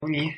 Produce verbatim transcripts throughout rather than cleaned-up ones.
你，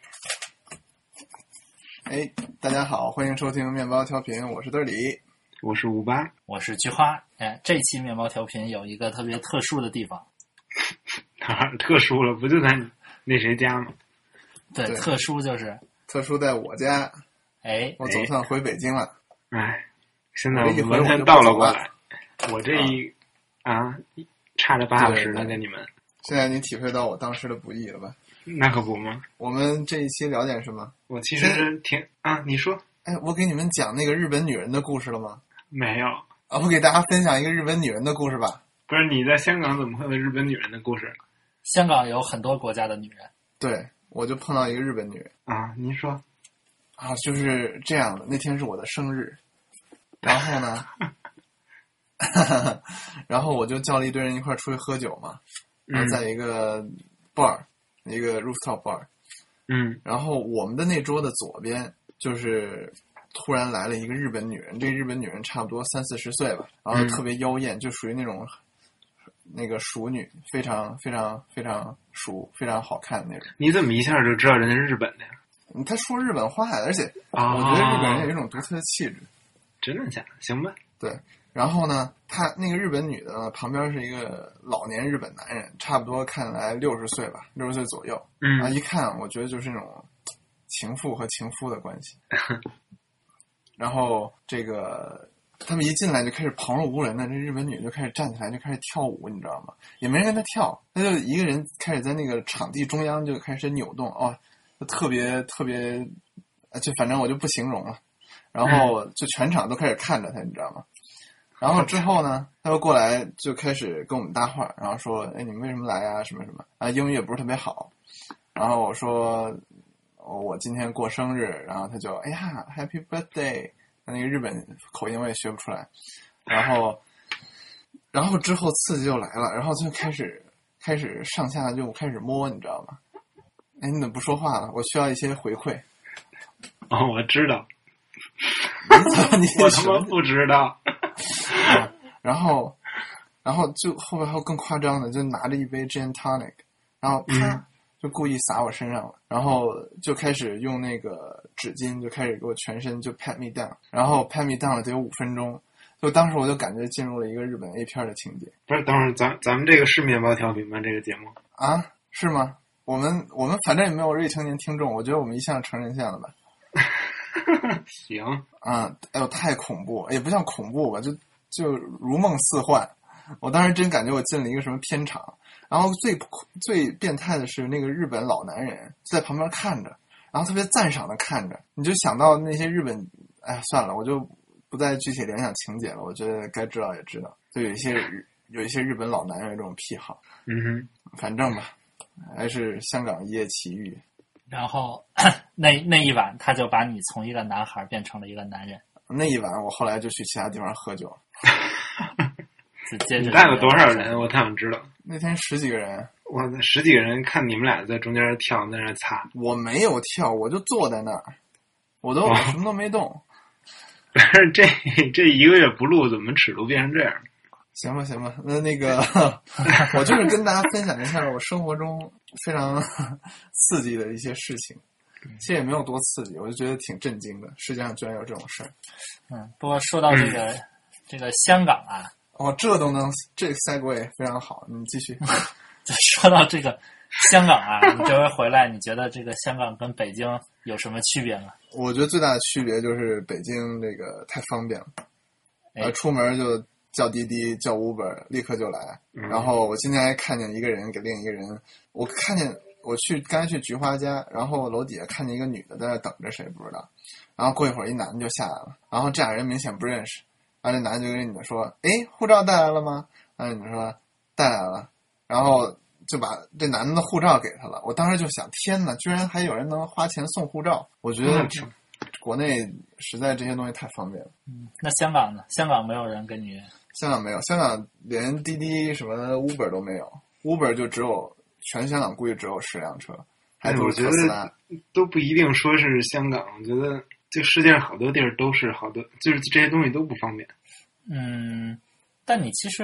哎，大家好，欢迎收听面包调频，我是德里， 我是五八， 我是菊花。哎，这期面包调频有一个特别特殊的地方， 哪儿特殊了？不就在那谁家吗？ 对， 对特殊就是特殊在我家， 哎， 我总算回北京了。 哎，现在我我这一回完全我就不倒了过走了来，我这一啊差了八小时呢，跟你们， 现在你体会到我当时的不易了吧？ 那可不吗？ 我们这一期聊点什么？ 我其实是挺啊，你说哎，我给你们讲那个日本女人的故事了吗？ 没有？ 啊，我给大家分享一个日本女人的故事吧。 不是你在香港怎么会有日本女人的故事香港有很多国家的女人。 对，我就碰到一个日本女人啊？您说啊，就是这样的。那天是我的生日，然后呢，然后我就叫了一堆人一块出去喝酒嘛，然后在一个 bar，、嗯、一个 rooftop bar， 嗯， 然后我们的那桌的左边就是突然来了一个日本女人，这个日本女人差不多三四十岁吧，然后特别妖艳，就属于那种那个熟女，非常非常非常熟，非常好看的那种。 你怎么一下就知道人家是日本的呀？ 他说日本话，而且哦我觉得日本人有一种独特的气质。 真的假的？行吧。 对，然后呢，他那个日本女的呢，旁边是一个老年日本男人，差不多看来六十岁吧，六十岁左右。 嗯， 啊，一看我觉得就是那种情妇和情夫的关系。然后这个他们一进来就开始旁若无人的，这日本女就开始站起来就开始跳舞，你知道吗？也没人跟她跳，她就一个人开始在那个场地中央就开始扭动，哦，就特别特别，就反正我就不形容了。然后就全场都开始看着她，你知道吗？然后之后呢，他又过来就开始跟我们搭话，然后说：“哎，你们为什么来呀？什么什么啊？英语也不是特别好。”然后我说：“哦，我今天过生日。”然后他就：“哎呀 ，Happy Birthday！” 那个日本口音我也学不出来。然后，然后之后刺激就来了，然后他就开始开始上下就开始摸，你知道吗？哎，你怎么不说话了？我需要一些回馈。 哦，我知道。 你我他妈不知道。 啊、然后，然后就后边还有更夸张的，就拿着一杯 gin tonic， 然后啪、嗯、就故意洒我身上了，然后就开始用那个纸巾就开始给我全身就 pat me down， 然后 pat me down 了得有五分钟，就当时我就感觉进入了一个日本 A 片的情节。 不是，等会儿咱咱们这个是面包调频吗？这个节目啊，是吗？我们我们反正也没有未成年听众，我觉得我们一向成人向的吧。 行啊，哎呦，太恐怖，也不像恐怖吧，就就如梦似幻。我当时真感觉我进了一个什么片场，然后最最变态的是那个日本老男人在旁边看着，然后特别赞赏的看着，你就想到那些日本，哎，算了，我就不再具体联想情节了。我觉得该知道也知道，就有一些有一些日本老男人有这种癖好。 嗯哼， 反正吧，还是香港一夜奇遇。 然后那那一晚，他就把你从一个男孩变成了一个男人。 那一晚，我后来就去其他地方喝酒。 你带了多少人？我太想知道。 那天十几个人。 哇，十几个人看你们俩在中间跳，在那擦。 我没有跳，我就坐在那儿，我都、哦、什么都没动。 但是这这一个月不录，怎么尺度变成这样？ 行吧，行吧，那那个，我就是跟大家分享一下我生活中非常刺激的一些事情。其实也没有多刺激，我就觉得挺震惊的，世界上居然有这种事儿。 嗯，不过说到这个、嗯、这个香港啊， 哦，这都能，这个 segue 非常好，你继续。 就说到这个香港啊，你这回回来，你觉得这个香港跟北京有什么区别吗？ 我觉得最大的区别就是北京这个太方便了，呃，出门就叫滴滴叫 Uber 立刻就来、嗯、然后我今天还看见一个人给另一个人，我看见我去刚才去菊花家，然后楼底下看见一个女的在那等着谁不知道，然后过一会儿一男的就下来了，然后这俩人明显不认识，然后这男的就跟女的说，诶，护照带来了吗？然后女的说带来了，然后就把这男的的护照给他了。我当时就想，天哪，居然还有人能花钱送护照，我觉得、嗯、国内实在这些东西太方便了。 嗯，那香港呢？香港没有人跟你？ 香港没有，香港连滴滴什么 Uber 都没有 ，Uber 就只有全香港估计只有十辆车，还都是特斯拉。 都不一定说是香港，我觉得这世界上好多地儿都是好多，就是这些东西都不方便。 嗯，但你其实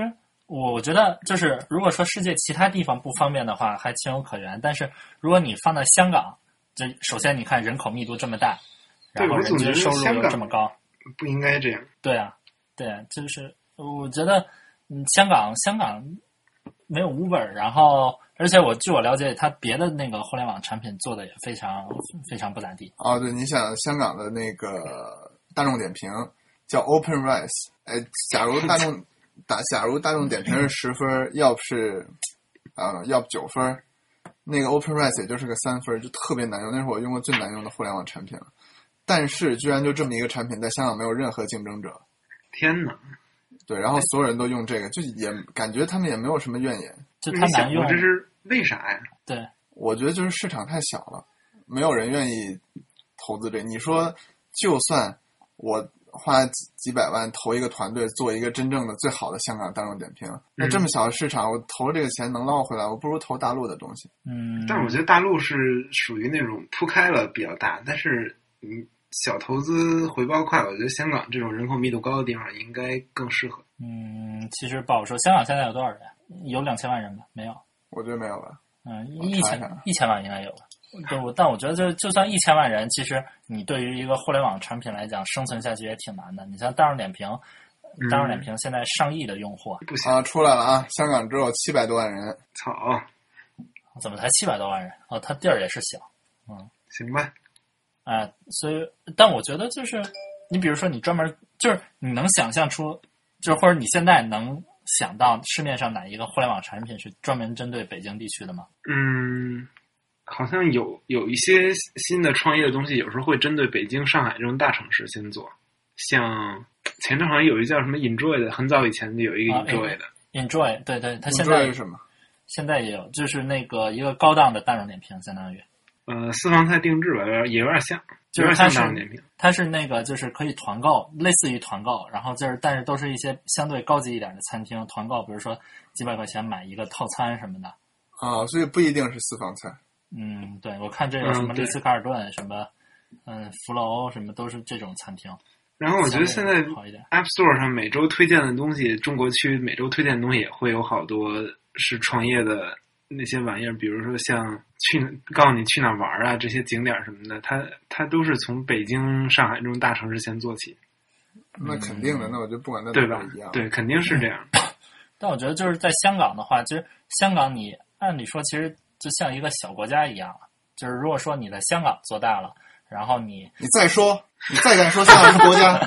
我我觉得就是如果说世界其他地方不方便的话，还情有可原。但是如果你放在香港，这首先你看人口密度这么大，然后人均收入又这么高， 不应该这样。 对啊，对啊，就是我觉得，嗯，香港香港没有 Uber， 然后而且我据我了解，它别的那个互联网产品做的也非常非常不咋地。 哦，对，你想香港的那个大众点评叫 OpenRice， 哎，假如大众打，假如大众点评是十分，要不是啊、呃，要不九分，那个 OpenRice 也就是个三分，就特别难用。那是我用过最难用的互联网产品了。但是居然就这么一个产品在香港没有任何竞争者， 天哪！ 对，然后所有人都用这个，就也感觉他们也没有什么怨言。 就它难用， 这是为啥呀？ 对， 我觉得就是市场太小了，没有人愿意投资这。你说，就算我花几几百万投一个团队做一个真正的最好的香港大众点评，那这么小的市场，我投这个钱能捞回来，我不如投大陆的东西。 嗯， 但是我觉得大陆是属于那种铺开了比较大，但是你小投资回报快，我觉得香港这种人口密度高的地方应该更适合。 嗯，其实不好说。香港现在有多少人？有两千万人吧？没有？ 我觉得没有吧。 嗯，一千一千万应该有吧。对，但我觉得就就算一千万人，其实你对于一个互联网产品来讲，生存下去也挺难的。你像大众点评，大众点评现在上亿的用户， 不行啊，出来了啊！香港只有七百多万人， 操， 怎么才七百多万人？哦，它地儿也是小，嗯， 行吧。 哎、呃，所以，但我觉得就是，你比如说你专门就是你能想象出，就是或者你现在能想到市面上哪一个互联网产品是专门针对北京地区的吗？ 嗯。好像有有一些新的创业的东西，有时候会针对北京、上海这种大城市先做。像前阵好像有一个叫什么 Enjoy 的，很早以前就有一个 Enjoy 的。 啊、Enjoy， 对对，它现在是什么？ 现在也有，就是那个一个高档的大众点评，相当于。 呃，私房菜定制吧，也有点像， 就是它是它是那个就是可以团购，类似于团购，然后就是但是都是一些相对高级一点的餐厅团购，比如说几百块钱买一个套餐什么的。 啊，所以不一定是私房菜。 嗯，对，我看这有什么丽思卡尔顿、嗯、什么，嗯，福楼什么都是这种餐厅。 然后我觉得现在 App Store 上每周推荐的东西，中国区每周推荐的东西也会有好多是创业的那些玩意儿，比如说像去告诉你去哪玩啊，这些景点什么的，它它都是从北京、上海这种大城市先做起。 那肯定的，那我就不管那对吧？对，肯定是这样。 嗯、但我觉得就是在香港的话，其实香港你按理说其实。就像一个小国家一样，就是如果说你在香港做大了，然后你你再说，你再敢说香港是国家，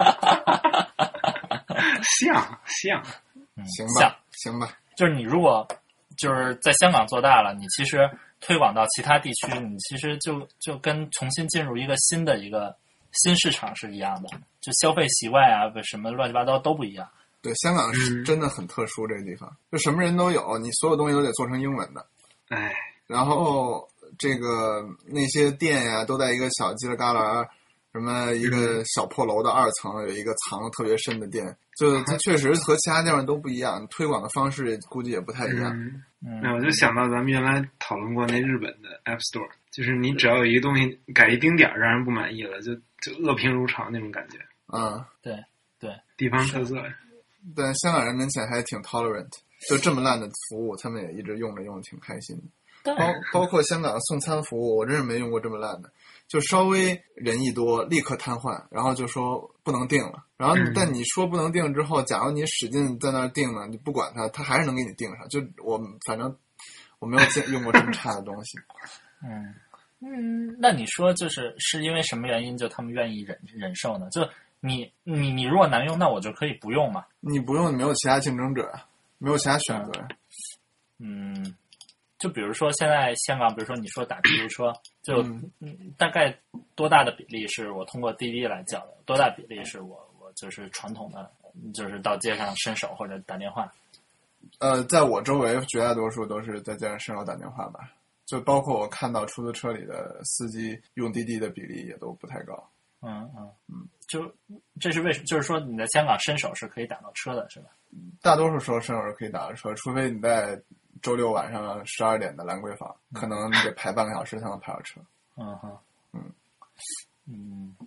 像像， 嗯， 行吧，行吧， 就是你如果就是在香港做大了，你其实推广到其他地区，你其实就就跟重新进入一个新的一个新市场是一样的，就消费习惯啊，什么乱七八糟都不一样。 对，香港是真的很特殊，这个地方就什么人都有，你所有东西都得做成英文的。 哎， 然后这个那些店呀，都在一个小犄角旮旯，什么一个小破楼的二层，有一个藏得特别深的店，就它确实和其他地方都不一样，推广的方式估计也不太一样。 嗯，那我就想到咱们原来讨论过那日本的 App Store， 就是你只要有一个东西改一丁点儿，让人不满意了，就就恶评如潮那种感觉。 嗯， 对对， 地方特色。 但香港人明显还挺 tolerant。就这么烂的服务，他们也一直用着用着挺开心的。包包括香港送餐服务，我真是没用过这么烂的。就稍微人一多，立刻瘫痪，然后就说不能订了。然后但你说不能订之后，假如你使劲在那儿订呢，你不管它，它还是能给你订上。就我反正我没有见用过这么差的东西。 嗯嗯，那你说就是是因为什么原因，就他们愿意忍忍受呢？就你你你如果难用，那我就可以不用嘛？ 你不用，你没有其他竞争者。没有其他选择。 嗯，就比如说现在香港，比如说你说打出租车，就、嗯、大概多大的比例是我通过滴滴来叫的？多大比例是我我就是传统的，就是到街上伸手或者打电话？ 呃，在我周围绝大多数都是在街上伸手打电话吧，就包括我看到出租车里的司机用滴滴的比例也都不太高。 嗯嗯嗯，就这是为什么？就是说你在香港伸手是可以打到车的，是吧？ 大多数时候伸手是可以打到车，除非你在周六晚上十二点的兰桂坊，可能你得排半个小时才能排到车。 嗯哼， 嗯嗯，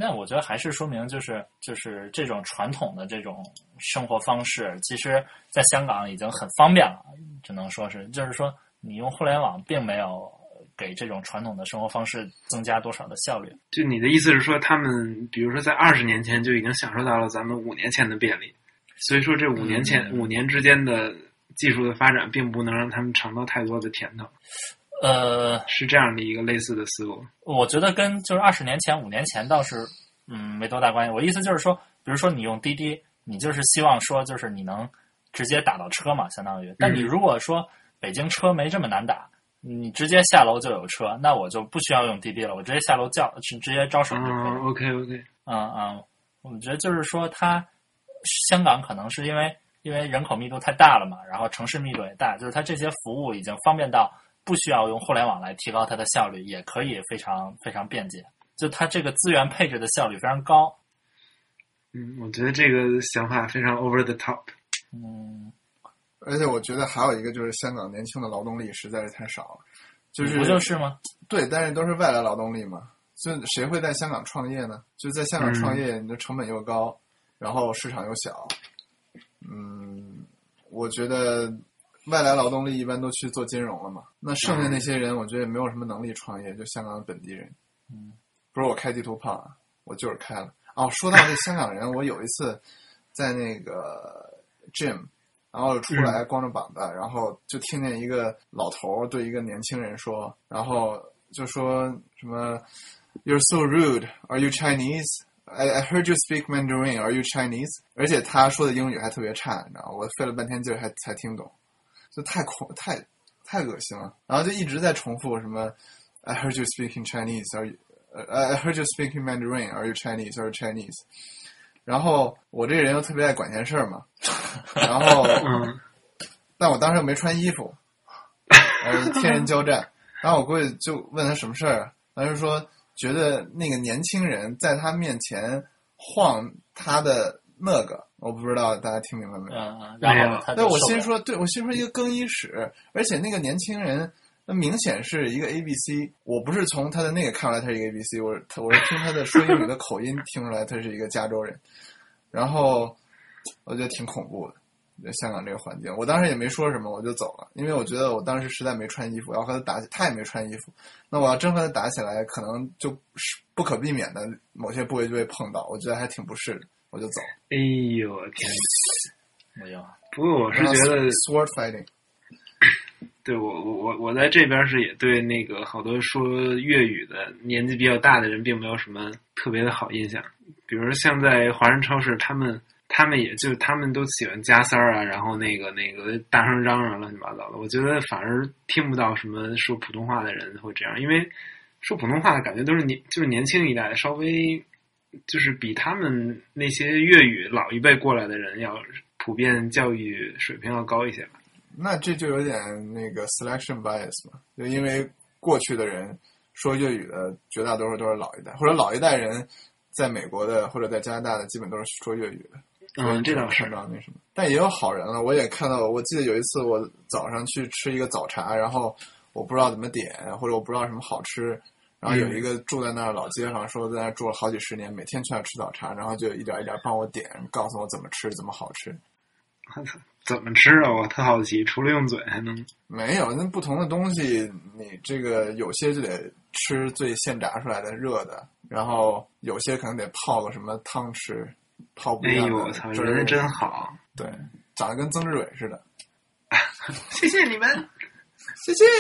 那我觉得还是说明就是就是这种传统的这种生活方式，其实在香港已经很方便了，只能说是就是说你用互联网并没有给这种传统的生活方式增加多少的效率。 就你的意思是说，他们比如说在二十年前就已经享受到了咱们五年前的便利，所以说这五年前、嗯、五年之间的技术的发展并不能让他们尝到太多的甜头。 呃， 是这样的一个类似的思路。 我觉得跟就是二十年前、五年前倒是嗯没多大关系。我意思就是说，比如说你用滴滴，你就是希望说就是你能直接打到车嘛，相当于。但你如果说北京车没这么难打，你直接下楼就有车，那我就不需要用滴滴了，我直接下楼叫，直接招手就可以了。 嗯 ，OK OK。 嗯嗯，我觉得就是说，它香港可能是因为因为人口密度太大了嘛，然后城市密度也大，就是它这些服务已经方便到。不需要用互联网来提高它的效率，也可以非常非常便捷。就它这个资源配置的效率非常高。 嗯，我觉得这个想法非常 over the top。 嗯， 而且我觉得还有一个就是香港年轻的劳动力实在是太少了，就是不就是吗？ 对，但是都是外来劳动力嘛，所以谁会在香港创业呢？就在香港创业，你的成本又高，嗯、然后市场又小。嗯，我觉得。外来劳动力一般都去做金融了嘛，那剩下那些人我觉得也没有什么能力创业，就香港的本地人。 嗯， 不是我开地图炮啊，我就是开了。哦，说到这香港人，我有一次在那个 gym， 然后出来光着膀子，然后就听见一个老头对一个年轻人说，然后就说什么 "You're so rude, are you Chinese?" I, I heard you speak Mandarin, are you Chinese? 而且他说的英语还特别差，你知道，我费了半天劲儿还才听懂。就太恐太太恶心了，然后就一直在重复什么 I heard you speaking Chinese, are you, I heard you speaking Mandarin, are you Chinese, are you Chinese? 然后我这个人又特别爱管闲事嘛，然后但我当时又没穿衣服，呃，天人交战，然后我过去就问他什么事儿，他就说觉得那个年轻人在他面前晃他的那个，我不知道大家听明白没有？ 嗯，然后他对，我心说，对我心说一个更衣室，而且那个年轻人，那明显是一个 A B C， 我不是从他的那个看出来他是一个 A B C， 我我是听他的说英语的口音听出来他是一个加州人，然后我觉得挺恐怖的，香港这个环境，我当时也没说什么，我就走了，因为我觉得我当时实在没穿衣服，要和他打起，他也没穿衣服，那我要真和他打起来，可能就是不可避免的某些部位就会碰到，我觉得还挺不适的。我就走。 哎呦我天！ 没有。 不过我是觉得 sword fighting。 对我我我我在这边是也对那个好多说粤语的年纪比较大的人并没有什么特别的好印象。比如像在华人超市，他们他们也就他们都喜欢加塞儿啊，然后那个那个大声嚷嚷乱七八糟的。我觉得反而听不到什么说普通话的人会这样，因为说普通话的感觉都是年就是年轻一代稍微。就是比他们那些粤语老一辈过来的人要普遍教育水平要高一些吧。 那这就有点那个 selection bias 嘛，就因为过去的人说粤语的绝大多数都是老一代，或者老一代人在美国的或者在加拿大的基本都是说粤语的。 嗯，这倒是。 那什么，但也有好人了。我也看到，我记得有一次我早上去吃一个早茶，然后我不知道怎么点，或者我不知道什么好吃。然后有一个住在那儿老街坊说在那儿住了好几十年，每天去那儿吃早茶，然后就一点一点帮我点，告诉我怎么吃怎么好吃。 怎么吃啊？我特好奇，除了用嘴还能？ 没有，那不同的东西，你这个有些就得吃最现炸出来的热的，然后有些可能得泡个什么汤吃，泡不一样的。 哎呦我操，人真好。 对，长得跟曾志伟似的。 谢谢你们， 谢谢。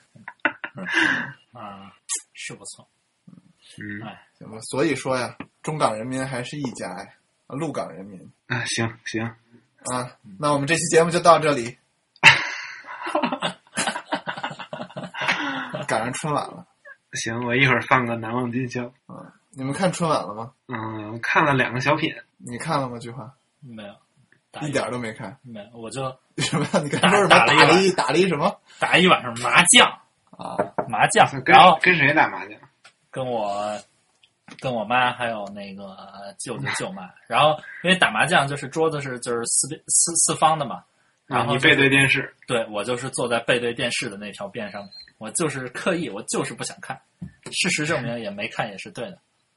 啊，是不错。 嗯， 哎， 行吧。所以说呀，中港人民还是一家呀，陆港人民。 啊，行行啊，那我们这期节目就到这里。赶上春晚了。 行，我一会儿放个难忘今宵。 嗯，你们看春晚了吗？ 嗯，看了两个小品。 你看了吗？菊花？ 没有， 一点都没看。 没有，我就什么？你刚才说什么？打了一打了一什么？ 打一晚上麻将。 啊， 麻将， 然后跟谁打麻将？ 跟我、跟我妈还有那个舅舅舅妈。然后因为打麻将就是桌子是就是四四四方的嘛，然后、 就是、你背对电视。 对，我就是坐在背对电视的那条边上面，我就是刻意，我就是不想看。事实证明也没看也是对的。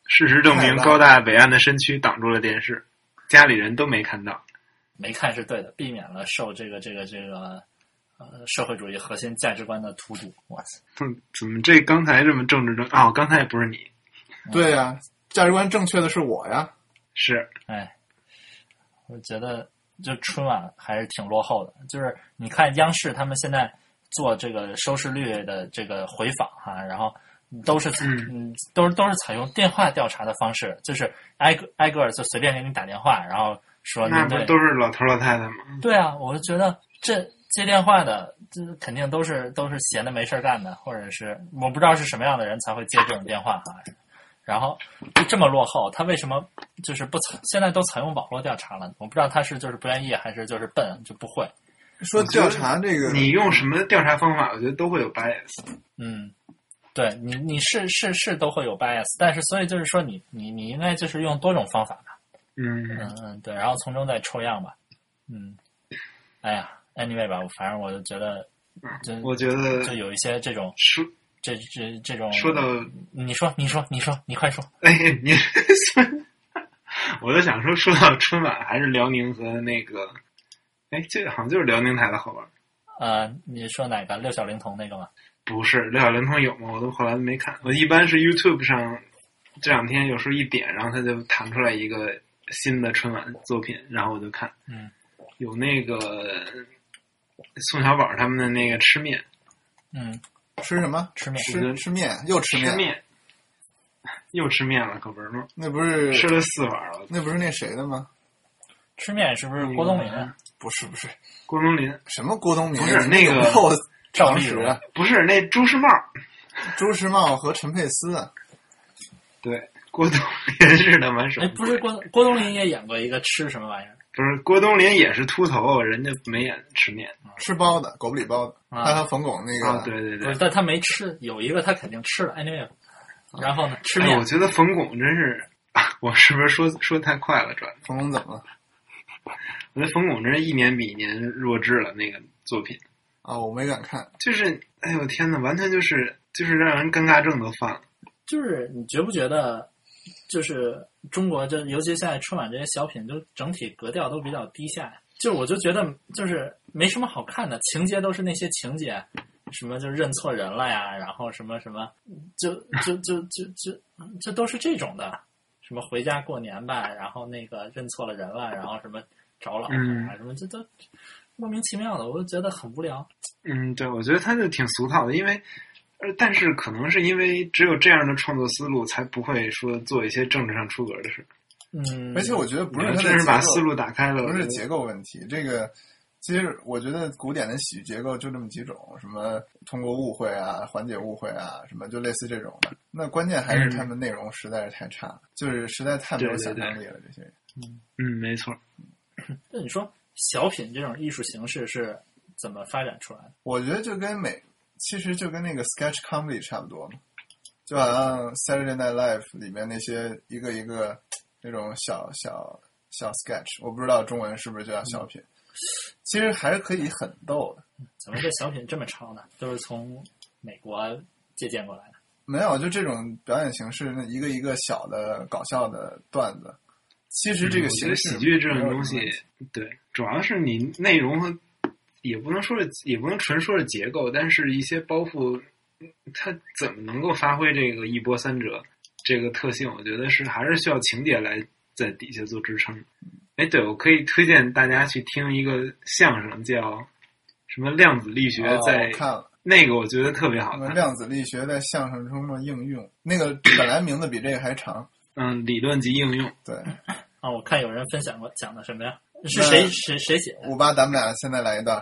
事实证明，高大伟岸的身躯挡住了电视，家里人都没看到。 没看是对的，避免了受这个这个这个呃社会主义核心价值观的荼毒。哇塞， 嗯，怎么这刚才这么政治正啊？刚才也不是你。 对呀、啊，价值观正确的是我呀。 是， 哎，我觉得就春晚还是挺落后的。就是你看央视他们现在做这个收视率的这个回访哈、啊，然后都是嗯都是都是采用电话调查的方式，就是挨个挨个就随便给你打电话，然后。说那不都是老头老太太吗？ 对啊，我就觉得这接电话的，这肯定都是都是闲的没事干的，或者是我不知道是什么样的人才会接这种电话哈。然后就这么落后，他为什么就是不采？现在都采用网络调查了，我不知道他是就是不愿意，还是就是笨就不会。 说调查这个， 你用什么调查方法，我觉得都会有 bias。 嗯，对你你是是是都会有 bias， 但是所以就是说你你你应该就是用多种方法吧。 嗯嗯嗯，对，然后从中再抽样吧。嗯，哎呀 ，anyway 吧，反正我就觉得，就我觉得就有一些这种说这这这种说到， 你说你说你说你快说。 哎，你我就想说，说到春晚，还是辽宁和那个，哎，这好像就是辽宁台的好玩。 呃，你说哪个六小龄童那个吗？ 不是，六小龄童有吗？我都后来没看。我一般是 YouTube 上这两天有时候一点，然后它就弹出来一个新的春晚作品，然后我就看。 嗯， 有那个宋小宝他们的那个吃面。 嗯， 吃什么？ 吃面。 吃吃面，又吃面。 吃面。又吃面了，可不是吗？ 那不是吃了四碗了。 那不是那谁的吗？ 吃面是不是郭冬临？ 不是不是， 郭冬临。 什么郭冬临？ 不是那个赵丽蓉。 不是那朱时茂。 朱时茂和陈佩斯。 对，郭冬临是他蛮熟。 哎，不是郭郭冬临也演过一个吃什么玩意儿？ 不是，郭冬临也是秃头，人家没演吃面， 吃包的，狗不理包的。 啊、 他和冯巩那个、 啊，对对对， 但他没吃，有一个他肯定吃了。anyway， 然后呢，吃面、 哎。我觉得冯巩真是，我是不是说说太快了？转冯巩怎么了？ 我觉得冯巩真是一年比一年弱智了，那个作品啊，我没敢看。 就是，哎呦天哪，完全就是就是让人尴尬症都犯了。 就是你觉不觉得？就是中国，就尤其现在春晚这些小品，就整体格调都比较低下。就我就觉得，就是没什么好看的，情节都是那些情节，什么就认错人了呀，然后什么什么，就就就就就就都是这种的，什么回家过年吧，然后那个认错了人了，然后什么找老婆啊，什么这都莫名其妙的，我就觉得很无聊。 嗯，对，我觉得他就挺俗套的，因为。呃，但是可能是因为只有这样的创作思路，才不会说做一些政治上出格的事。 嗯， 而且我觉得不是他真是把思路打开了， 不是结构问题。这个其实我觉得古典的喜剧结构就这么几种，什么通过误会啊、缓解误会啊，什么就类似这种的。那关键还是他们内容实在是太差，嗯、就是实在太没有想象力了。 对对对这些人， 嗯嗯，没错。 那你说小品这种艺术形式是怎么发展出来的？ 我觉得就跟美。其实就跟那个 sketch comedy 差不多嘛，就好像 Saturday Night Live 里面那些一个一个那种小小小 sketch， 我不知道中文是不是就叫小品，其实还是可以很逗的。 怎么这小品这么抄呢？都是从美国借鉴过来的？ 没有，就这种表演形式，那一个一个小的搞笑的段子，其实这个形式、 嗯、喜剧这种东西，对，主要是你内容和。也不能说是，也不能纯说是结构，但是一些包袱，它怎么能够发挥这个一波三折这个特性？我觉得是还是需要情节来在底下做支撑。哎，对，我可以推荐大家去听一个相声，叫什么量子力学在， 哦、看了那个我觉得特别好看。 量子力学在相声中的应用，那个本来名字比这个还长。 嗯，理论及应用。 对。 啊，我看有人分享过，讲的什么呀？是谁谁谁写的？ 五八，咱们俩现在来一段。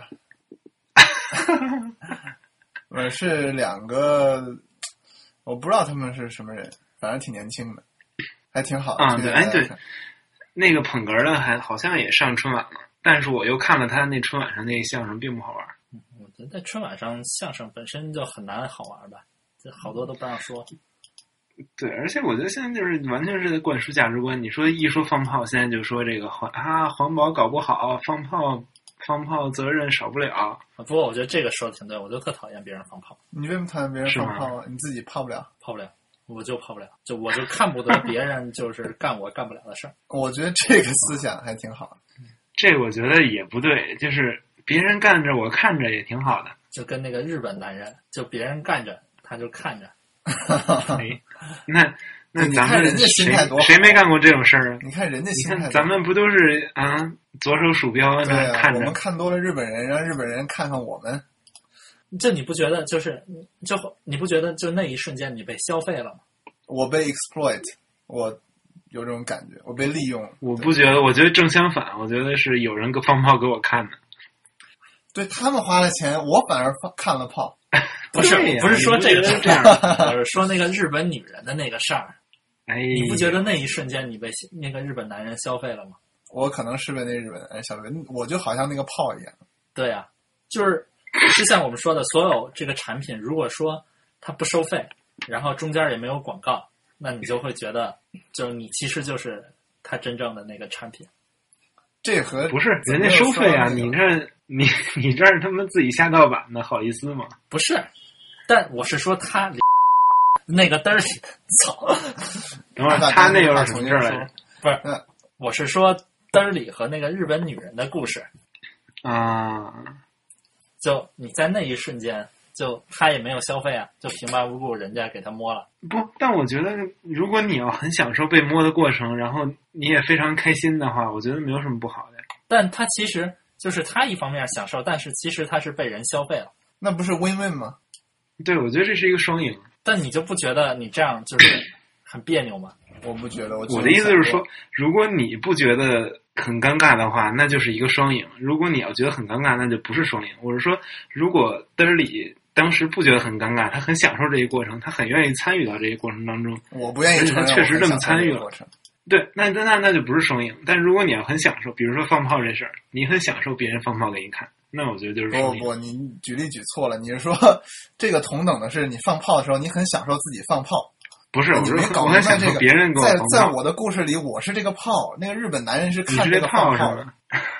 我是两个，我不知道他们是什么人，反正挺年轻的，还挺好的。 啊，对，哎对，那个捧哏的还好像也上春晚了，但是我又看了他那春晚上那个相声，并不好玩。 嗯，我觉得在春晚上相声本身就很难好玩吧，这好多都不让说。 对，而且我觉得现在就是完全是在灌输价值观。你说一说放炮，现在就说这个环啊环保搞不好，放炮放炮责任少不了。 不过我觉得这个说的挺对，我就特讨厌别人放炮。 你为什么讨厌别人放炮啊？你自己泡不了？ 泡不了。 我就跑不了，就我就看不得别人就是干我干不了的事儿。 我觉得这个思想还挺好的。 这我觉得也不对，就是别人干着我看着也挺好的。 就跟那个日本男人，就别人干着他就看着。 哎，那那咱们人家心态多好， 谁没干过这种事儿啊？ 你看人家心态多好， 你看咱们不都是啊，左手鼠标那看着、 啊？我们看多了日本人，让日本人看看我们。 这你不觉得就是就你不觉得就那一瞬间你被消费了吗？ 我被 exploit， 我有这种感觉，我被利用。 我不觉得，我觉得正相反，我觉得是有人放炮给我看的。 对，他们花了钱，我反而看了炮。 不是，不是说这个是这样， 我是说那个日本女人的那个事儿。 哎， 你不觉得那一瞬间你被那个日本男人消费了吗？ 我可能是被那日本男人消费，我就好像那个炮一样。 对啊，就是就像我们说的，所有这个产品，如果说它不收费，然后中间也没有广告，那你就会觉得，就你其实就是它真正的那个产品。 这和不是人家收费啊，你这你你这儿他们自己下盗版的，好意思吗？ 不是，但我是说他那个嘚儿里，操！ 等会儿他那又是什么事儿来着？ 不是，我是说嘚儿里和那个日本女人的故事啊。 就你在那一瞬间，就他也没有消费啊，就平白无故人家给他摸了。 不，但我觉得如果你要很享受被摸的过程，然后你也非常开心的话，我觉得没有什么不好的。 但他其实就是他一方面享受，但是其实他是被人消费了。 那不是 win-win 吗？ 对，我觉得这是一个双赢。 但你就不觉得你这样就是很别扭吗？ 我不觉得。我我的意思就是说，如果你不觉得很尴尬的话，那就是一个双赢；如果你要觉得很尴尬，那就不是双赢。我是说，如果嘚儿里当时不觉得很尴尬，他很享受这一过程，他很愿意参与到这一过程当中。 我不愿意承认， 他确实这么参与了。对，那那那那就不是双赢。但如果你要很享受，比如说放炮这事儿，你很享受别人放炮给你看，那我觉得就是双赢。 不不，你举例举错了。你是说这个同等的是，你放炮的时候，你很享受自己放炮。 不是， 你没搞明白这个。 别人给我在在我的故事里，我是这个炮，那个日本男人是看这个炮炮的。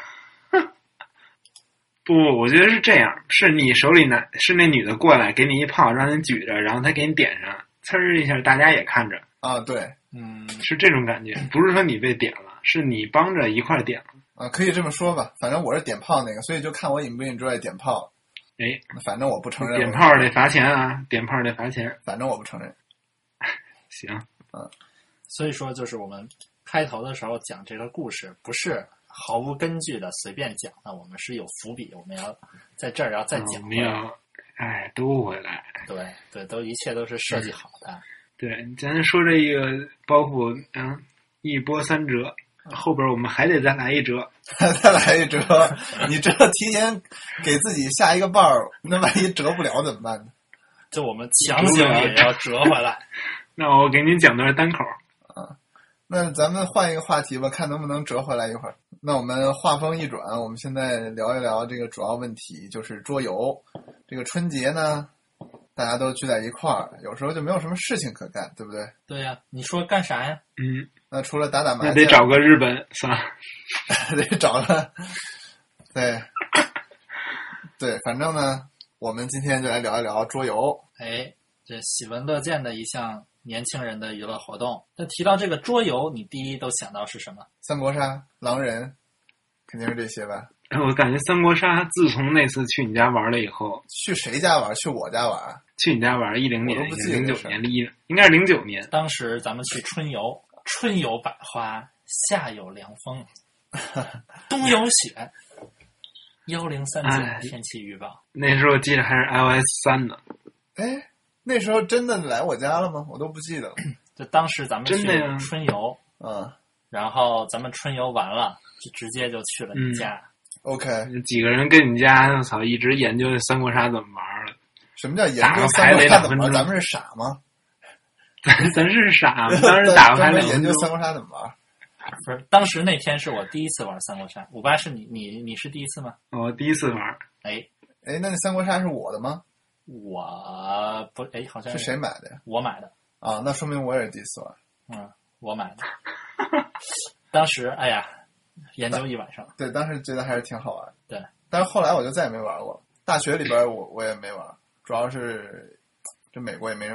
不，我觉得是这样，是你手里拿，是那女的过来给你一炮，让你举着，然后她给你点上，呲儿一下，大家也看着。 啊，对， 嗯， 是这种感觉，不是说你被点了，是你帮着一块点了。 啊，可以这么说吧，反正我是点炮那个，所以就看我 enjoy 点炮。 哎， 反正我不承认。 点炮得罚钱啊！点炮得罚钱。 反正我不承认。 行， 嗯， 所以说就是我们开头的时候讲这个故事，不是毫无根据的随便讲的，我们是有伏笔，我们要在这儿要再讲。 没有，哎，兜回来。 对对，都一切都是设计好的。 对，咱说这个包括嗯一波三折，后边我们还得再来一折， 再来一折。你这提前给自己下一个绊儿，那万一折不了怎么办呢？ 就我们强行也要折回来。 那我给您讲段单口啊。那咱们换一个话题吧，看能不能折回来一会儿。那我们话锋一转，我们现在聊一聊这个主要问题，就是桌游。这个春节呢，大家都聚在一块儿，有时候就没有什么事情可干，对不对？ 对呀、啊，你说干啥呀？ 嗯， 那除了打打麻将， 那得找个日本算了， 得找个，对，对，反正呢，我们今天就来聊一聊桌游。 哎，这喜闻乐见的一项年轻人的娱乐活动。那提到这个桌游，你第一都想到是什么？ 三国杀、狼人，肯定是这些吧。 我感觉三国杀自从那次去你家玩了以后， 去谁家玩？去我家玩。 去你家玩，一零年、 零九年、一应该是零九年。 当时咱们去春游，春有百花，夏有凉风，冬有雪。幺零三九天气预报。 那时候记得还是 iOS 三呢。 哎，那时候真的来我家了吗？我都不记得了。 就当时咱们去春游， 嗯， 然后咱们春游完了，就直接就去了你家。 嗯OK， 几个人跟你家，我操，一直研究三国杀怎么玩了。 什么叫研究三国杀怎么玩？咱们是傻吗？ 咱咱是傻吗？当时打个牌两研究三国杀怎么玩？ 不是，当时那天是我第一次玩三国杀。五八是你你你是第一次吗？ 我第一次玩。 哎哎，那那三国杀是我的吗？ 我不哎，好像是谁买的呀？ 我买的。 啊，那说明我也是第一次玩。 嗯，我买的。当时哎呀。研究一晚上， 对，当时觉得还是挺好玩。 对， 但是后来我就再也没玩过。大学里边我我也没玩，主要是这美国也没人玩。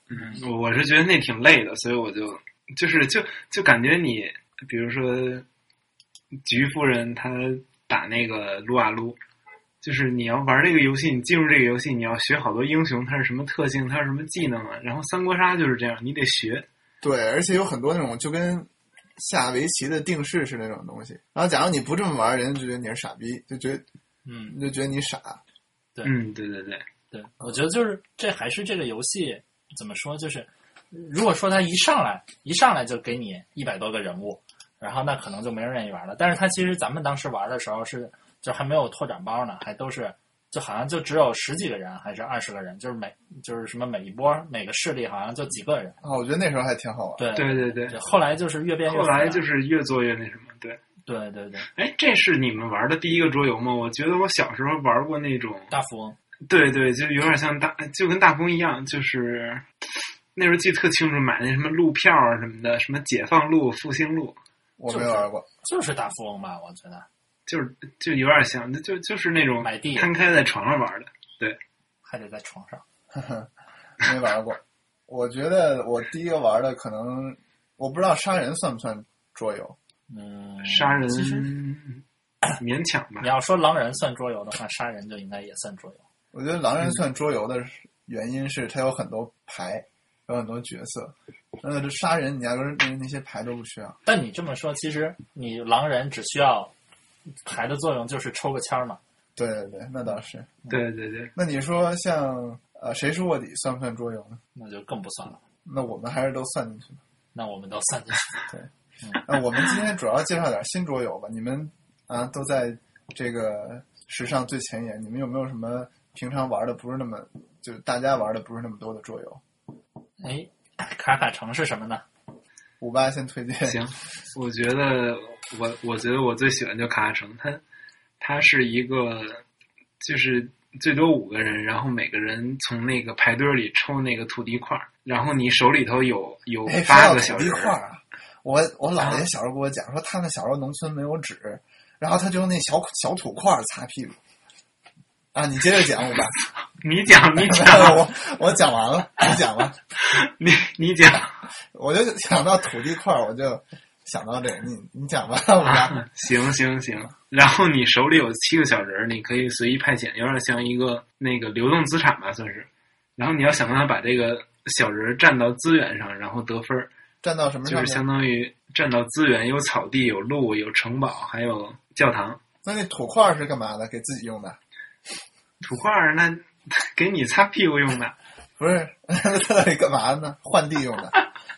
嗯，我是觉得那挺累的，所以我就就是就就感觉你，比如说菊夫人她打那个撸啊撸，就是你要玩这个游戏，你进入这个游戏，你要学好多英雄，它是什么特性，它是什么技能啊。然后三国杀就是这样，你得学。 对，而且有很多那种就跟下围棋的定式是那种东西。然后假如你不这么玩，人家就觉得你是傻逼，就觉得嗯， 就觉得你傻。 对， 嗯，对对对对，我觉得就是这还是这个游戏怎么说，就是如果说他一上来一上来就给你一百多个人物，然后那可能就没人愿意玩了。但是他其实咱们当时玩的时候是就还没有拓展包呢，还都是就好像就只有十几个人还是二十个人，就是每就是什么每一波每个势力好像就几个人啊、哦。我觉得那时候还挺好玩。 对对对对， 后来就是越变越后来就是越做越那什么。对对对对。 哎，这是你们玩的第一个桌游吗？我觉得我小时候玩过那种大富翁。 对对，就有点像大，就跟大富翁一样，就是那时候记得特清楚，买那什么路票啊什么的，什么解放路、复兴路， 我没玩过， 就是、就是大富翁吧，我觉得。 就是就有点像，就就是那种买地摊开在床上玩的，对， 还得在床上。 呵呵，没玩过。我觉得我第一个玩的可能，我不知道杀人算不算桌游。 嗯， 杀人其实勉强吧。 你要说狼人算桌游的话，杀人就应该也算桌游。 我觉得狼人算桌游的原因是它有很多牌，有很多角色。那这杀人你压根儿那那些牌都不需要。 但你这么说，其实你狼人只需要牌的作用就是抽个签嘛。 对对对，那倒是。 对对对。 那你说像呃谁是卧底算不算桌游呢？ 那就更不算了。 那我们还是都算进去吧。 那我们都算进去。 对。嗯、那我们今天主要介绍点新桌游吧。你们啊都在这个时尚最前沿，你们有没有什么平常玩的不是那么，就是大家玩的不是那么多的桌游？ 哎，卡卡城是什么呢？ 五八先推荐。 行，我觉得我我觉得我最喜欢就卡卡城，它它是一个就是最多五个人，然后每个人从那个牌堆里抽那个土地块，然后你手里头有有八个小人。 土地块啊！我我姥爷小时候跟我讲说，他那小时候农村没有纸，然后他就用那小小土块擦屁股。啊，你接着讲，我吧。 你讲，你讲， 我我讲完了，你讲吧。 你你讲， 我就想到土地块，我就想到这个，你你讲吧，我吧、 啊。行行行，然后你手里有七个小人，你可以随意派遣，有点像一个那个流动资产吧，算是。然后你要想办法把这个小人站到资源上，然后得分。 站到什么上？ 就是相当于站到资源，有草地，有路，有城堡，还有教堂。 那那土块是干嘛的？给自己用的？ 土块那给你擦屁股用的。 不是，那到底干嘛呢？换地用的。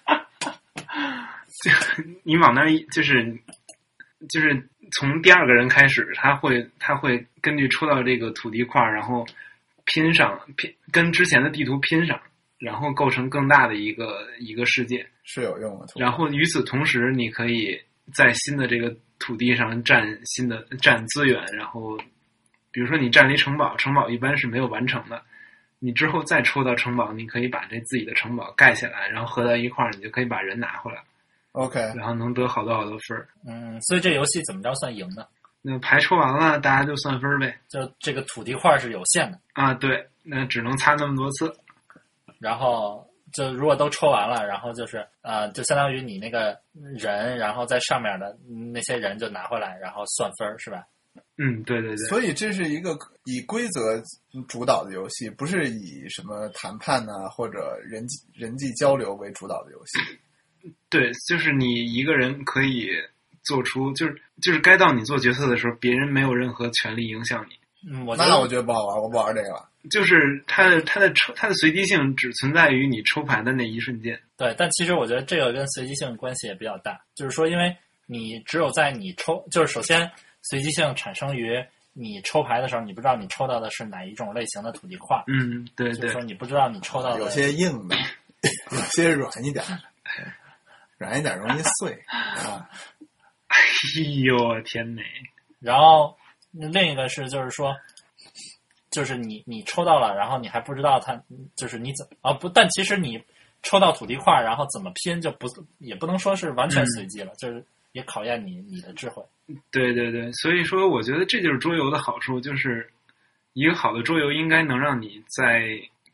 就你往那儿，就是就是从第二个人开始，他会他会根据抽到这个土地块，然后拼上拼跟之前的地图拼上，然后构成更大的一个一个世界， 是有用的。 然后与此同时，你可以在新的这个土地上占新的占资源，然后比如说你占了一城堡，城堡一般是没有完成的，你之后再抽到城堡，你可以把这自己的城堡盖起来，然后合到一块儿，你就可以把人拿回来。 OK， 然后能得好多好多分。 嗯，所以这游戏怎么着算赢呢？ 那牌抽完了，大家就算分呗。 就这个土地块是有限的啊，对，那只能擦那么多次。 然后就如果都抽完了，然后就是呃，就相当于你那个人，然后在上面的那些人就拿回来，然后算分，是吧？ 嗯，对对对。 所以这是一个以规则主导的游戏，不是以什么谈判啊或者人际人际交流为主导的游戏。 对，就是你一个人可以做出，就是就是该到你做决策的时候，别人没有任何权利影响你。 嗯，我那我觉得不好玩，我不玩这个了。 就是它的它的抽它的随机性只存在于你抽牌的那一瞬间。 对，但其实我觉得这个跟随机性关系也比较大，就是说，因为你只有在你抽，就是首先随机性产生于你抽牌的时候，你不知道你抽到的是哪一种类型的土地块。 嗯，对对。 就是说你不知道你抽到的有些硬的，有些软一点的。软一点容易碎啊！ 哎呦天哪！ 然后另一个是，就是说，就是你你抽到了，然后你还不知道它，就是你怎啊不？但其实你抽到土地块，然后怎么拼就不也不能说是完全随机了，嗯、就是也考验你你的智慧。 对对对，所以说我觉得这就是桌游的好处，就是一个好的桌游应该能让你在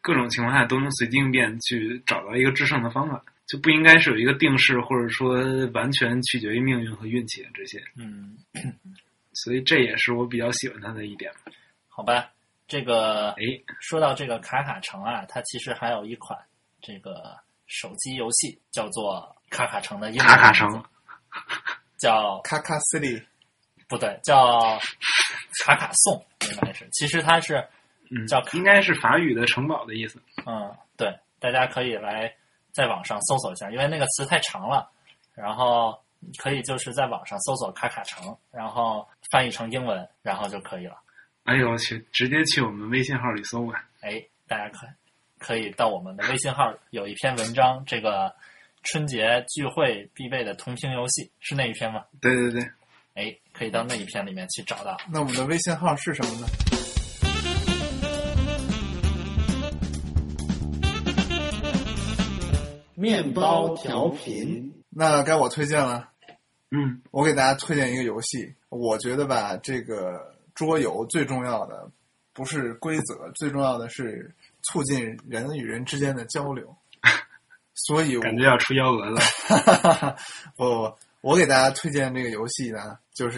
各种情况下都能随机应变去找到一个制胜的方法，就不应该是有一个定式，或者说完全取决于命运和运气的这些。 嗯， 所以这也是我比较喜欢它的一点。 好吧，这个哎， 说到这个卡卡城啊，它其实还有一款这个手机游戏叫做卡卡城的英文卡卡城， 叫卡卡 City， 不对，叫卡卡颂，应该是。其实它是嗯， 叫应该是法语的城堡的意思。 嗯，对，大家可以来在网上搜索一下，因为那个词太长了，然后可以就是在网上搜索卡卡城，然后翻译成英文，然后就可以了。 哎呦我去，直接去我们微信号里搜吧。 哎，大家可可以到我们的微信号有一篇文章，这个春节聚会必备的同屏游戏是那一篇吗？ 对对对， 哎，可以到那一篇里面去找到。 那我们的微信号是什么呢？ 面包调频。 那该我推荐了。 嗯， 我给大家推荐一个游戏，我觉得吧，这个桌游最重要的不是规则，最重要的是促进人与人之间的交流。所以我感觉要出幺蛾子。 我我给大家推荐这个游戏呢，就是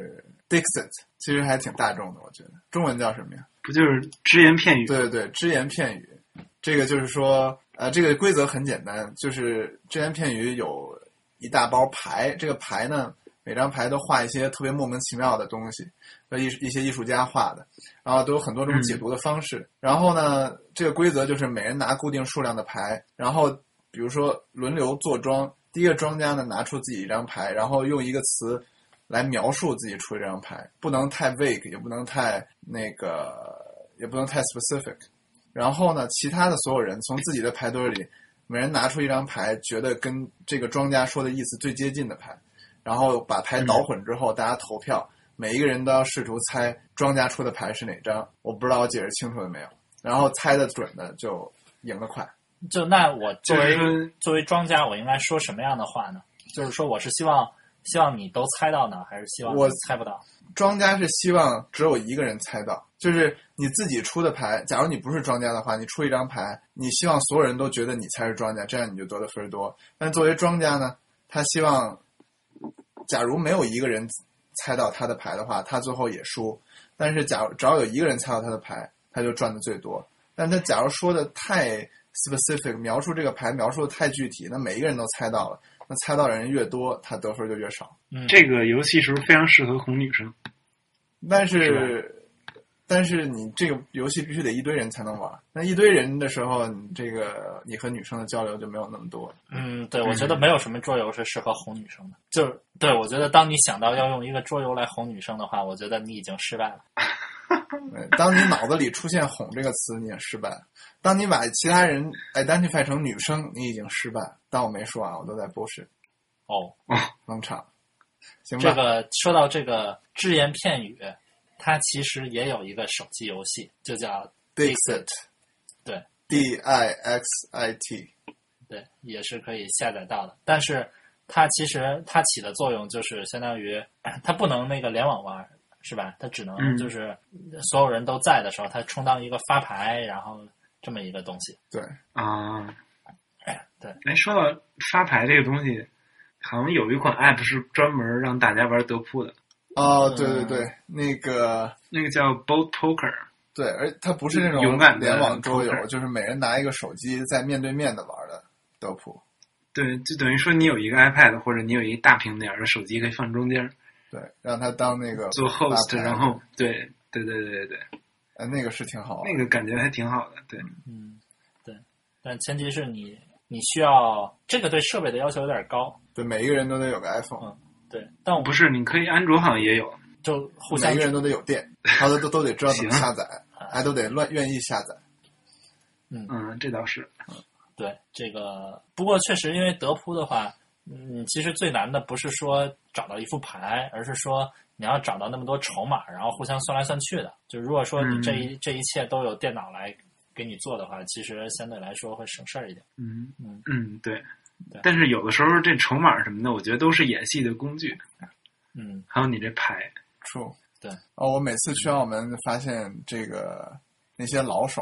Dixit， 其实还挺大众的，我觉得。中文叫什么呀？ 不就是只言片语？ 对对对，只言片语。这个就是说，呃，这个规则很简单，就是只言片语有一大包牌，这个牌呢，每张牌都画一些特别莫名其妙的东西，呃，一一些艺术家画的，然后都有很多种解读的方式。嗯、然后呢，这个规则就是每人拿固定数量的牌，然后比如说轮流坐庄，第一个庄家呢拿出自己一张牌，然后用一个词来描述自己出这张牌，不能太 vague， 也不能太那个，也不能太 specific。然后呢，其他的所有人从自己的牌堆里，每人拿出一张牌，觉得跟这个庄家说的意思最接近的牌，然后把牌捣混之后，大家投票，每一个人都要试图猜庄家出的牌是哪张。我不知道我解释清楚了没有？然后猜的准的就赢得快。 就那我作为、就是、作为庄家，我应该说什么样的话呢？就是说我是希望希望你都猜到呢，还是希望你猜不到？ 庄家是希望只有一个人猜到，就是你自己出的牌，假如你不是庄家的话，你出一张牌，你希望所有人都觉得你才是庄家，这样你就得的分多。但作为庄家呢，他希望假如没有一个人猜到他的牌的话，他最后也输。但是假如只要有一个人猜到他的牌，他就赚的最多。但他假如说的太 specific， 描述这个牌描述的太具体，那每一个人都猜到了，那猜到的人越多，他得分就越少。 嗯， 这个游戏是不是非常适合哄女生？ 但是，是但是你这个游戏必须得一堆人才能玩。那一堆人的时候，你这个你和女生的交流就没有那么多。 嗯，对，我觉得没有什么桌游是适合哄女生的。就是对，我觉得当你想到要用一个桌游来哄女生的话，我觉得你已经失败了。 当你脑子里出现哄这个词，你也失败了。当你把其他人 identify 成女生，你已经失败了。但我没说啊，我都在 bullshit。 哦， 冷场。行吧。 这个说到这个只言片语，它其实也有一个手机游戏，就叫 Dixit。 对 ，D I X I T。 对，也是可以下载到的。但是它其实它起的作用就是相当于它不能那个联网玩。是吧？它只能就是所有人都在的时候，它充当一个发牌，然后这么一个东西。 对啊， 对。 哎，说到发牌这个东西，好像有一款 app 是专门让大家玩德扑的。 哦，对对对，嗯、那个那个叫 Boat Poker。 对，而它不是那种勇敢联网桌游，就是每人拿一个手机在面对面的玩的德扑。 对，就等于说你有一个 iPad 或者你有一个大屏点的手机可以放中间。 对，让他当那个做 host， 然后对对对对对对， 呃，那个是挺好的， 那个感觉还挺好的，对， 嗯，对，但前提是你你需要这个对设备的要求有点高， 对，每一个人都得有个 iPhone， 嗯，对，但我不是，你可以安卓好像也有， 就互相每一个人都得有电，他都都都得知道怎么下载，还都得乱愿意下载， 嗯嗯，这倒是， 嗯，对，这个不过确实因为德扑的话。嗯，其实最难的不是说找到一副牌，而是说你要找到那么多筹码，然后互相算来算去的。就如果说你这一、嗯、这一切都有电脑来给你做的话，其实相对来说会省事儿一点。 嗯嗯嗯，对。但是有的时候这筹码什么的，我觉得都是演戏的工具。 嗯， 还有你这牌 ，true。 对。 哦，我每次去澳门发现这个那些老手啊，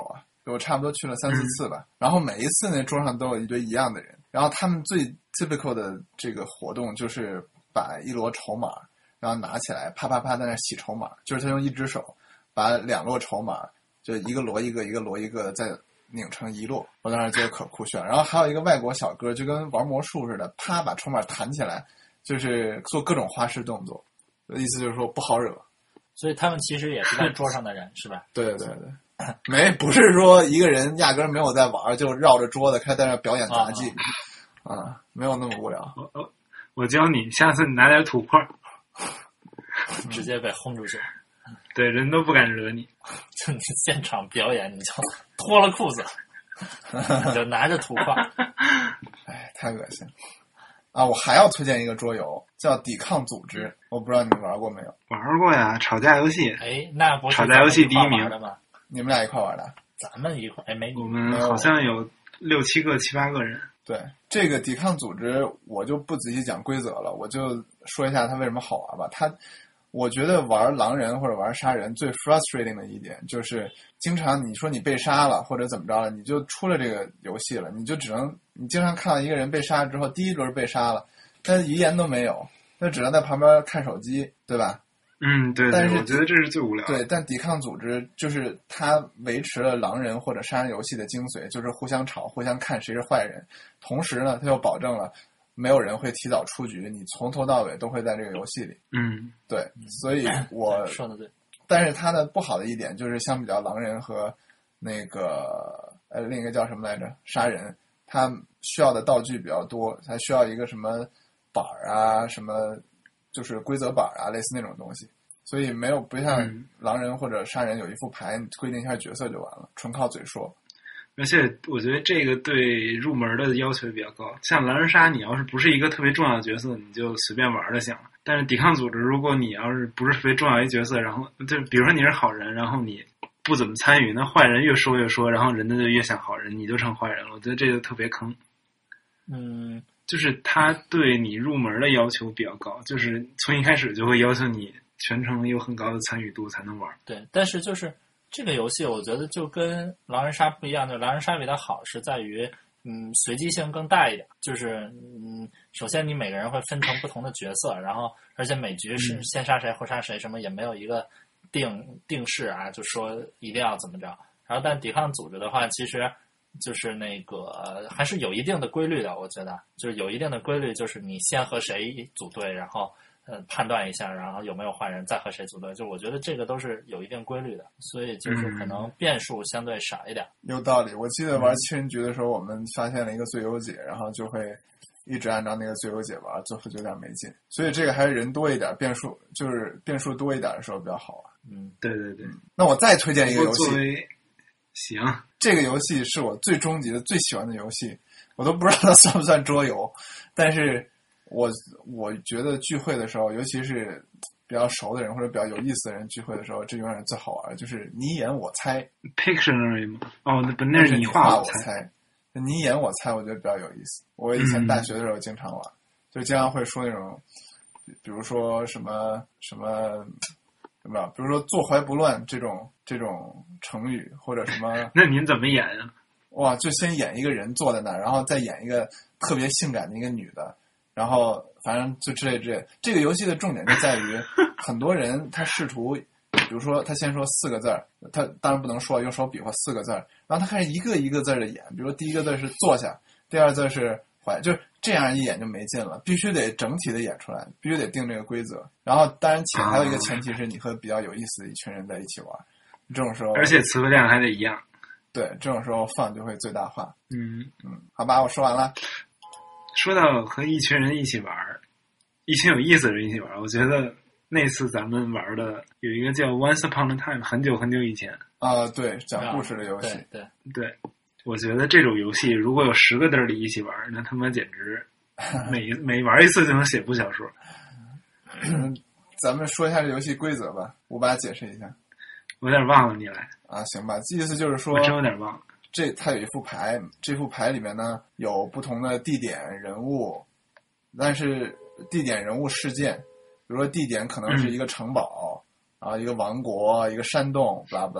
我差不多去了三四次吧。嗯、然后每一次那桌上都有一堆一样的人，然后他们最 typical 的这个活动就是把一摞筹码，然后拿起来啪啪啪在那洗筹码，就是他用一只手把两摞筹码就一个摞一个，一个摞一个的再拧成一摞，我当时觉得可酷炫。然后还有一个外国小哥就跟玩魔术似的，啪把筹码弹起来，就是做各种花式动作，意思就是说不好惹。 所以他们其实也是在桌上的人是吧？ 对对对，没不是说一个人压根没有在玩，就绕着桌子开始在那表演杂技啊、哦，没有那么无聊。 我我教你，下次你拿点土块， 直接被轰出去。 对，人都不敢惹你。 就你现场表演，你就脱了裤子，你就拿着土块。 哎，太恶心了。啊，我还要推荐一个桌游，叫抵抗组织，我不知道你们玩过没有？ 玩过呀，吵架游戏。 哎，那不是吵架游戏第一名的吗？ 你们俩一块玩的？ 咱们一块，哎，没你。 我们好像有六七个、七八个人。 对，这个抵抗组织我就不仔细讲规则了，我就说一下它为什么好玩吧。它，我觉得玩狼人或者玩杀人最 frustrating 的一点就是，经常你说你被杀了或者怎么着了，你就出了这个游戏了，你就只能你经常看到一个人被杀之后，第一轮被杀了，但是遗言都没有，那只能在旁边看手机，对吧？ 嗯，对对，但是我觉得这是最无聊的。 对，但抵抗组织就是它维持了狼人或者杀人游戏的精髓，就是互相吵，互相看谁是坏人，同时呢，它又保证了没有人会提早出局，你从头到尾都会在这个游戏里。 嗯， 对，所以我说的对。 但是它的不好的一点就是，相比较狼人和那个呃另一个叫什么来着杀人，它需要的道具比较多，它需要一个什么板啊，什么就是规则板啊，类似那种东西。所以没有不像狼人或者杀人有一副牌，你规定一下角色就完了，纯靠嘴说。 而且我觉得这个对入门的要求也比较高，像狼人杀你要是不是一个特别重要的角色，你就随便玩就行了。但是抵抗组织如果你要是不是特别重要一角色，然后就比如说你是好人，然后你不怎么参与，那坏人越说越说，然后人家就越像好人，你就成坏人了。我觉得这个特别坑。 嗯， 就是他对你入门的要求比较高，就是从一开始就会要求你全程有很高的参与度才能玩。 对，但是就是这个游戏我觉得就跟狼人杀不一样，就狼人杀比它好是在于嗯随机性更大一点，就是嗯首先你每个人会分成不同的角色，然后而且每局是先杀谁后杀谁，什么也没有一个定定式啊，就说一定要怎么着。然后但抵抗组织的话，其实就是那个还是有一定的规律的，我觉得就是有一定的规律，就是你先和谁组队，然后呃判断一下，然后有没有坏人，再和谁组队，就我觉得这个都是有一定规律的，所以就是可能变数相对少一点。 有道理，我记得玩七人局的时候，我们发现了一个最优解，然后就会一直按照那个最优解玩，最后就有点没劲。所以这个还是人多一点，变数就是变数多一点的时候比较好玩。 嗯， 对对对。 那我再推荐一个游戏。 行， 这个游戏是我最终极的、最喜欢的游戏，我都不知道它算不算桌游，但是我我觉得聚会的时候，尤其是比较熟的人或者比较有意思的人聚会的时候，这永远最好玩，就是你演我猜 Pictionary 吗？哦，那不那是你画我猜，你演我猜，我觉得比较有意思。我以前大学的时候经常玩，嗯、就经常会说那种，比如说什么什么。有没有？比如说“坐怀不乱”这种这种成语，或者什么？ 那您怎么演啊？ 哇，就先演一个人坐在那儿，然后再演一个特别性感的一个女的，然后反正就之类之类。这个游戏的重点就在于，很多人他试图，比如说他先说四个字儿，他当然不能说，用手比划四个字儿，然后他开始一个一个字的演，比如说第一个字是坐下，第二字是怀，就是这样一演就没劲了，必须得整体的演出来，必须得定这个规则。然后当然前还有一个前提是你和比较有意思的一群人在一起玩，这种时候而且词汇量还得一样。 对，这种时候放就会最大化。 嗯嗯，好吧，我说完了。 说到和一群人一起玩，一群有意思的人一起玩，我觉得那次咱们玩的有一个叫 Once Upon a Time， 很久很久以前啊、呃，对，讲故事的游戏， 对对对，我觉得这种游戏如果有十个嘚里一起玩，那他妈简直每每玩一次就能写部小说。 嗯，咱们说一下这游戏规则吧，我把它解释一下。 我有点忘了，你来啊，行吧，意思就是说， 我真有点忘了。 这它有一副牌，这副牌里面呢有不同的地点、人物，但是地点、人物、事件，比如说地点可能是一个城堡，然后、嗯、一个王国、一个山洞，巴拉巴拉。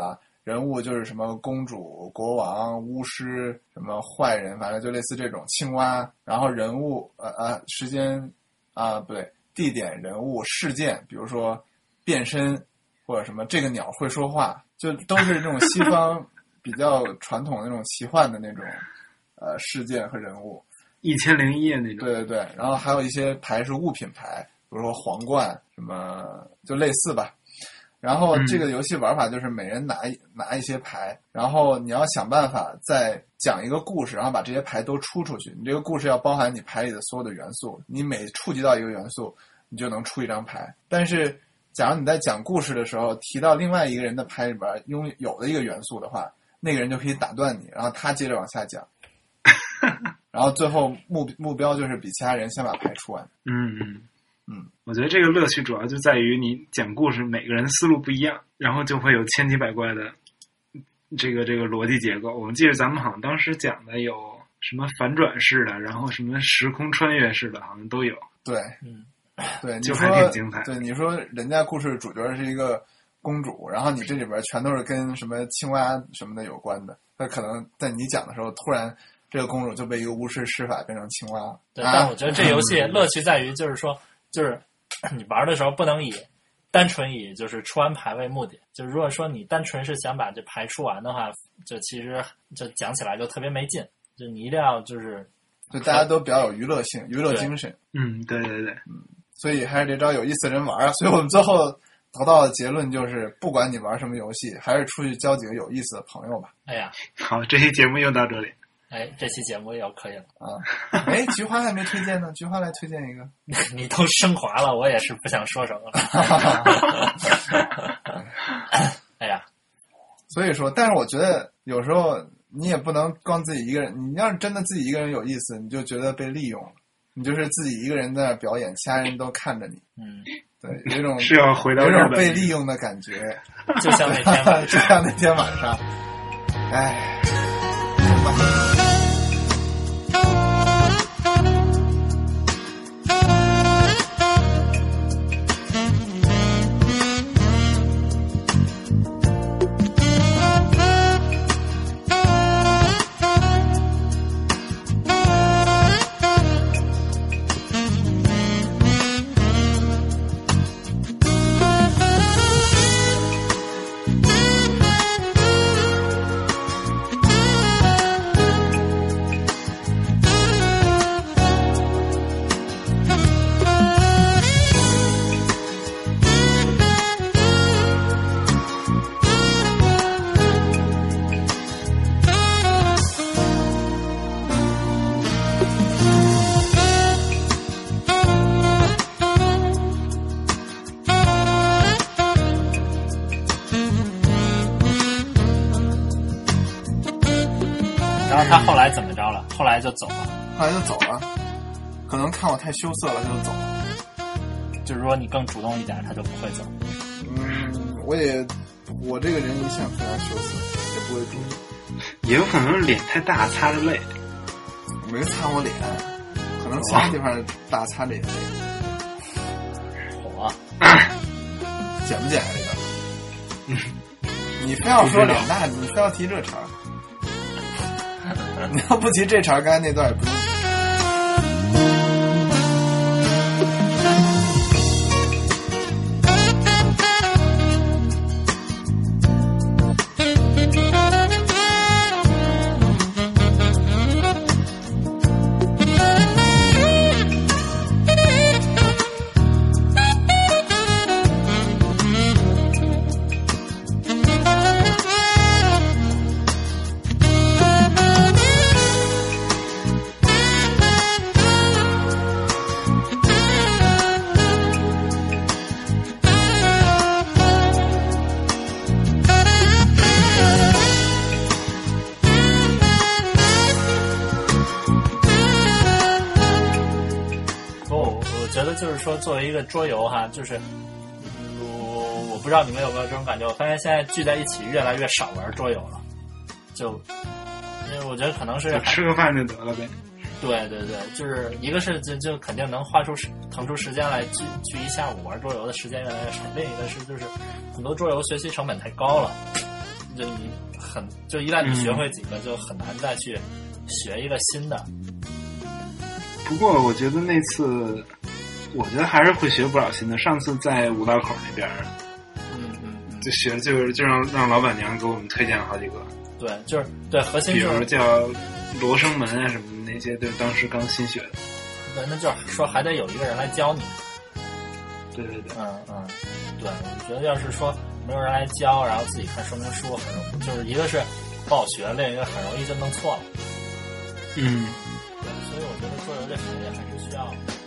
人物就是什么公主、国王、巫师、什么坏人，反正就类似这种青蛙。然后人物呃呃时间啊、呃、不对，地点、人物、事件，比如说变身或者什么这个鸟会说话，就都是这种西方比较传统的那种奇幻的那种呃事件和人物。 一千零一夜那种。 对对对，然后还有一些牌是物品牌，比如说皇冠什么，就类似吧。然后这个游戏玩法就是每人拿一拿一些牌，然后你要想办法再讲一个故事，然后把这些牌都出出去。你这个故事要包含你牌里的所有的元素，你每触及到一个元素，你就能出一张牌。但是假如你在讲故事的时候提到另外一个人的牌里边拥有的一个元素的话，那个人就可以打断你，然后他接着往下讲。然后最后目目标就是比其他人先把牌出完。 嗯嗯嗯， 我觉得这个乐趣主要就在于你讲故事，每个人思路不一样，然后就会有千奇百怪的这个这个逻辑结构。我记得咱们好像当时讲的有什么反转式的，然后什么时空穿越式的，好像都有。 对， 嗯， 对， 就你说还挺精彩。 对，你说人家故事主角是一个公主，然后你这里边全都是跟什么青蛙什么的有关的，那可能在你讲的时候，突然这个公主就被一个巫师施法变成青蛙。 对，但我觉得这游戏乐趣在于，就是说，就是你玩的时候不能以单纯以就是出完牌为目的。就如果说你单纯是想把这牌出完的话，就其实就讲起来就特别没劲。就你一定要就是就大家都比较有娱乐性、娱乐精神。 嗯，对对对， 嗯，所以还是得找有意思的人玩啊。所以我们最后得到的结论就是，不管你玩什么游戏，还是出去交几个有意思的朋友吧。 哎呀， 好，这期节目又到这里。 哎，这期节目又可以了啊！哎，菊花还没推荐呢，菊花来推荐一个。 你都升华了，我也是不想说什么了。哎呀， 所以说，但是我觉得有时候你也不能光自己一个人。你要是真的自己一个人有意思，你就觉得被利用了。你就是自己一个人在那表演，其他人都看着你。 嗯， 对，有一种是要回到有一种被利用的感觉， 就像那天晚上， 就像那天晚上，哎。 他后来怎么着了？后来就走了。 后来就走了，可能看我太羞涩了，他就走了。 就是如果你更主动一点，他就不会走。 嗯，我也，我这个人一向非常羞涩，也不会主动。 也有可能脸太大，擦着泪。 没擦我脸，可能其他地方大擦着也累。 火、啊， 剪不剪啊？这个？你非要说脸大，你非要提这茬。你要不提这茬，刚才那段也不用。 就是说作为一个桌游哈，就是我我不知道你们有没有这种感觉，我发现现在聚在一起越来越少玩桌游了，就因为我觉得可能是吃个饭就得了呗。 对对对，就是一个是就就肯定能花出腾出时间来聚聚一下午玩桌游的时间越来越少，另一个是就是很多桌游学习成本太高了， 就你很就一旦你学会几个，就很难再去学一个新的。 不过我觉得那次，我觉得还是会学不少新的。上次在五道口那边， 嗯嗯嗯， 就学就是就让让老板娘给我们推荐了好几个。 对，就是对核心、就是， 比如叫罗生门啊什么的那些，对，当时刚新学的。 对，那就是说还得有一个人来教你。 对对对， 嗯嗯，对，我觉得要是说没有人来教，然后自己看说明书，很容易，就是一个是不好学，另一个很容易就弄错了。 嗯， 对，所以我觉得桌游这行业还是需要。